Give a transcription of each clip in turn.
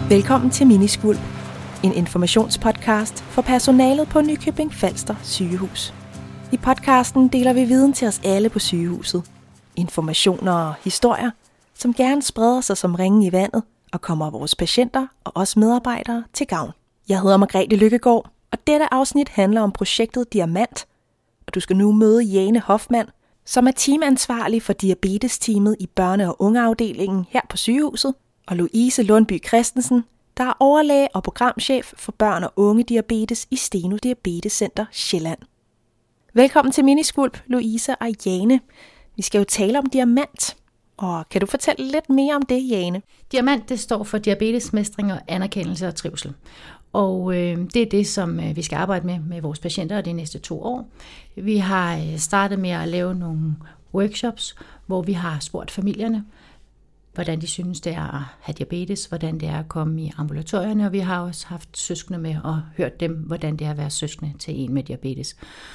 Velkommen til Miniskvulp, en informationspodcast for personalet på Nykøbing Falster Sygehus. I podcasten deler vi viden til os alle på sygehuset. Informationer og historier, som gerne spreder sig som ringe i vandet og kommer vores patienter og os medarbejdere til gavn. Jeg hedder Margrethe Lykkegaard, og dette afsnit handler om projektet Diamant. Og du skal nu møde Jane Hoffmann, som er teamansvarlig for diabetesteamet i børne- og ungeafdelingen her på sygehuset, og Louise Lundby Christensen, der er overlæge og programchef for børn- og unge diabetes i Steno Diabetescenter Sjælland. Velkommen til Miniskvulp, Louise og Jane. Vi skal jo tale om Diamant, og kan du fortælle lidt mere om det, Jane? Diamant, det står for diabetesmestring og anerkendelse og trivsel. Og det er det, som vi skal arbejde med vores patienter de næste 2 år. Vi har startet med at lave nogle workshops, hvor vi har spurgt familierne, hvordan de synes, det er at have diabetes, hvordan det er at komme i ambulatorierne, og vi har også haft søskende med og hørt dem, hvordan det er at være søskende til en med diabetes.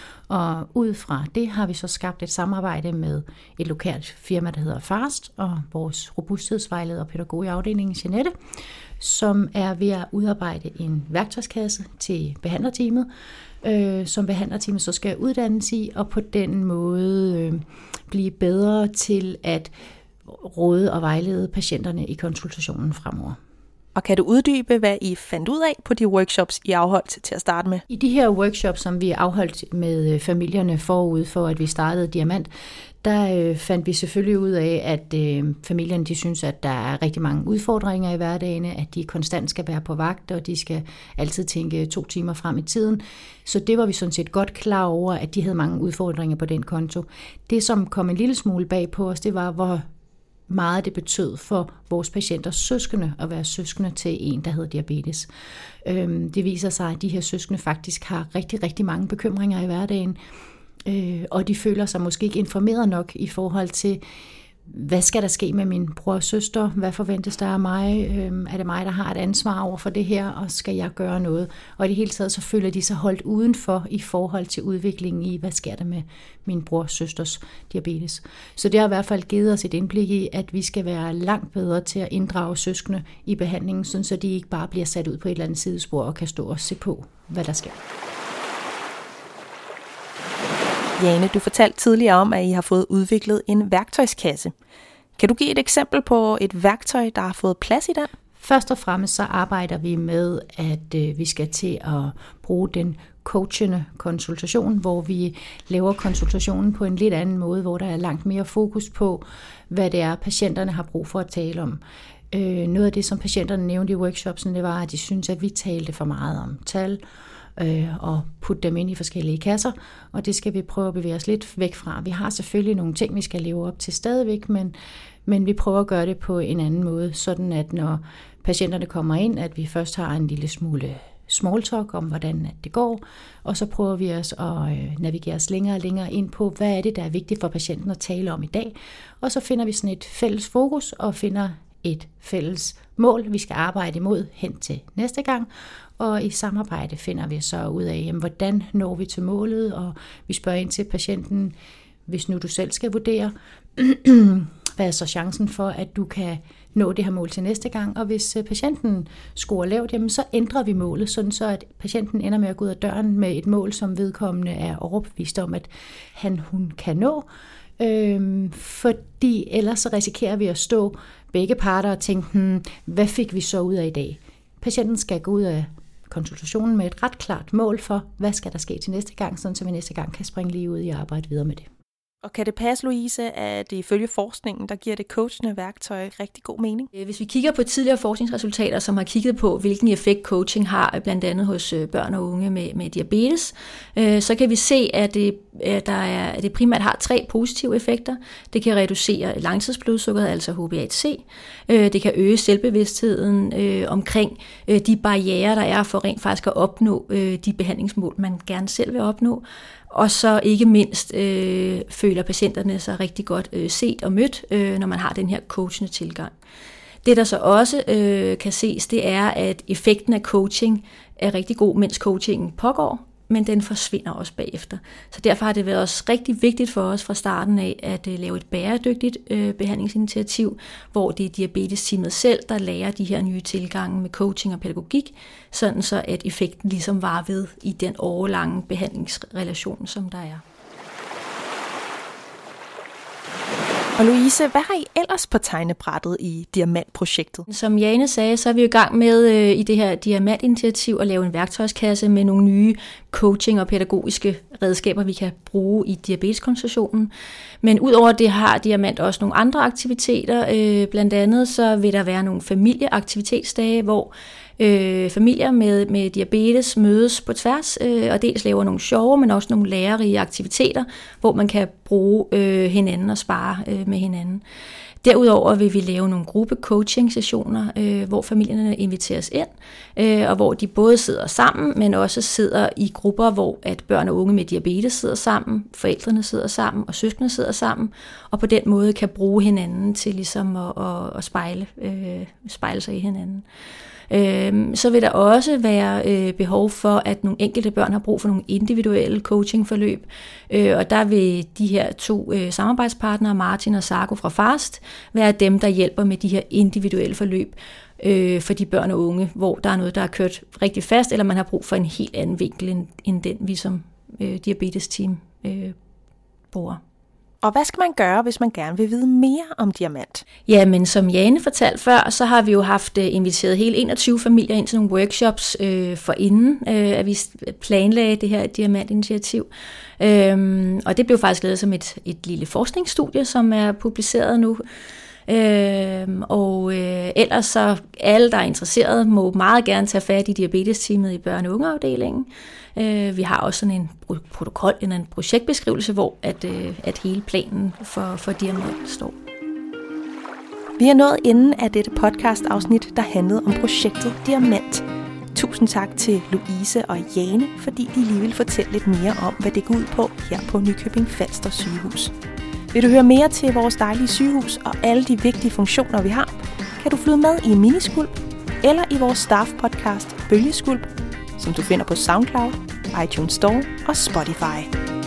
Og ud fra det har vi så skabt et samarbejde med et lokalt firma, der hedder FAST, og vores robusthedsvejleder og pædagog i afdelingen, Jeanette, som er ved at udarbejde en værktøjskasse til behandlerteamet, som behandlerteamet så skal uddannes i, og på den måde blive bedre til at råde og vejlede patienterne i konsultationen fremover. Og kan du uddybe, hvad I fandt ud af på de workshops, I afholdt til at starte med? I de her workshops, som vi afholdt med familierne forud for, at vi startede Diamant, der fandt vi selvfølgelig ud af, at familierne de synes, at der er rigtig mange udfordringer i hverdagen, at de konstant skal være på vagt, og de skal altid tænke 2 timer frem i tiden. Så det var vi sådan set godt klar over, at de havde mange udfordringer på den konto. Det, som kom en lille smule bag på os, det var, hvor meget det betød for vores patienters søskende at være søskende til en, der havde diabetes. Det viser sig, at de her søskende faktisk har rigtig, rigtig mange bekymringer i hverdagen, og de føler sig måske ikke informeret nok i forhold til, hvad skal der ske med min bror og søster? Hvad forventes der af mig? Er det mig, der har et ansvar over for det her, og skal jeg gøre noget? Og i det hele taget så føler de sig holdt udenfor i forhold til udviklingen i, hvad sker der med min bror og søsters diabetes. Så det har i hvert fald givet os et indblik i, at vi skal være langt bedre til at inddrage søskende i behandlingen, så de ikke bare bliver sat ud på et eller andet sidespor og kan stå og se på, hvad der sker. Jane, du fortalte tidligere om, at I har fået udviklet en værktøjskasse. Kan du give et eksempel på et værktøj, der har fået plads i den? Først og fremmest så arbejder vi med, at vi skal til at bruge den coachende konsultation, hvor vi laver konsultationen på en lidt anden måde, hvor der er langt mere fokus på, hvad det er, patienterne har brug for at tale om. Noget af det, som patienterne nævnte i workshopsen, det var, at de synes, at vi talte for meget om tal, og putte dem ind i forskellige kasser, og det skal vi prøve at bevæge os lidt væk fra. Vi har selvfølgelig nogle ting, vi skal leve op til stadigvæk, men vi prøver at gøre det på en anden måde, sådan at når patienterne kommer ind, at vi først har en lille smule small talk om, hvordan det går, og så prøver vi os at navigere os længere og længere ind på, hvad er det, der er vigtigt for patienten at tale om i dag, og så finder vi sådan et fælles fokus og finder et fælles mål, vi skal arbejde imod hen til næste gang, og i samarbejde finder vi så ud af, jamen, hvordan når vi til målet, og vi spørger ind til patienten, hvis nu du selv skal vurdere, hvad er så chancen for, at du kan nå det her mål til næste gang, og hvis patienten scorer lavt, jamen, så ændrer vi målet, sådan så at patienten ender med at gå ud af døren med et mål, som vedkommende er overbevist om, at hun kan nå, fordi ellers så risikerer vi at stå begge parter og tænke, hvad fik vi så ud af i dag? Patienten skal gå ud af konsultationen med et ret klart mål for, hvad skal der ske til næste gang, sådan så vi næste gang kan springe lige ud i at arbejde videre med det. Og kan det passe, Louise, at ifølge forskningen, der giver det coachende værktøj rigtig god mening? Hvis vi kigger på tidligere forskningsresultater, som har kigget på, hvilken effekt coaching har, blandt andet hos børn og unge med diabetes, så kan vi se, at det primært har 3 positive effekter. Det kan reducere langtidsblodsukkeret, altså HbA1c. Det kan øge selvbevidstheden omkring de barrierer, der er for rent faktisk at opnå de behandlingsmål, man gerne selv vil opnå. Og så ikke mindst føler patienterne sig rigtig godt set og mødt, når man har den her coachende tilgang. Det, der så også kan ses, det er, at effekten af coaching er rigtig god, mens coachingen pågår, men den forsvinder også bagefter. Så derfor har det været også rigtig vigtigt for os fra starten af at lave et bæredygtigt behandlingsinitiativ, hvor det er diabetesteamet selv, der lærer de her nye tilgange med coaching og pædagogik, sådan så at effekten ligesom var ved i den årelange behandlingsrelation, som der er. Og Louise, hvad har I ellers på tegnebrættet i Diamant-projektet? Som Jane sagde, så er vi jo i gang med i det her Diamant-initiativ at lave en værktøjskasse med nogle nye coaching- og pædagogiske redskaber, vi kan bruge i diabeteskonsultationen. Men udover det har Diamant også nogle andre aktiviteter. Blandt andet så vil der være nogle familieaktivitetsdage, hvor familier med diabetes mødes på tværs, og dels laver nogle sjove, men også nogle lærerige aktiviteter, hvor man kan bruge hinanden og spare med hinanden. Derudover vil vi lave nogle gruppe-coaching-sessioner, hvor familierne inviteres ind, og hvor de både sidder sammen, men også sidder i grupper, hvor at børn og unge med diabetes sidder sammen, forældrene sidder sammen, og søskende sidder sammen, og på den måde kan bruge hinanden til ligesom at spejle sig i hinanden. Så vil der også være behov for, at nogle enkelte børn har brug for nogle individuelle coachingforløb, og der vil de her 2 samarbejdspartnere, Martin og Sarko fra FAST, være dem, der hjælper med de her individuelle forløb for de børn og unge, hvor der er noget, der er kørt rigtig fast, eller man har brug for en helt anden vinkel, end den vi som diabetesteam bruger. Og hvad skal man gøre, hvis man gerne vil vide mere om Diamant? Ja, men som Jane fortalte før, så har vi jo haft inviteret hele 21 familier ind til nogle workshops forinden, at vi planlagde det her Diamant-initiativ. Og det blev faktisk lavet som et lille forskningsstudie, som er publiceret nu. Ellers så alle, der er interesseret, må meget gerne tage fat i diabetesteamet i børne- og ungeafdelingen. Vi har også sådan en protokol, en projektbeskrivelse, hvor at hele planen for Diamant står. Vi er nået enden af dette podcast-afsnit, der handlede om projektet Diamant. Tusind tak til Louise og Jane, fordi de lige vil fortælle lidt mere om, hvad det går ud på her på Nykøbing Falster Sygehus. Vil du høre mere til vores dejlige sygehus og alle de vigtige funktioner, vi har, kan du flyde med i Miniskulp eller i vores staff-podcast Bølgeskulp, som du finder på SoundCloud, iTunes Store og Spotify.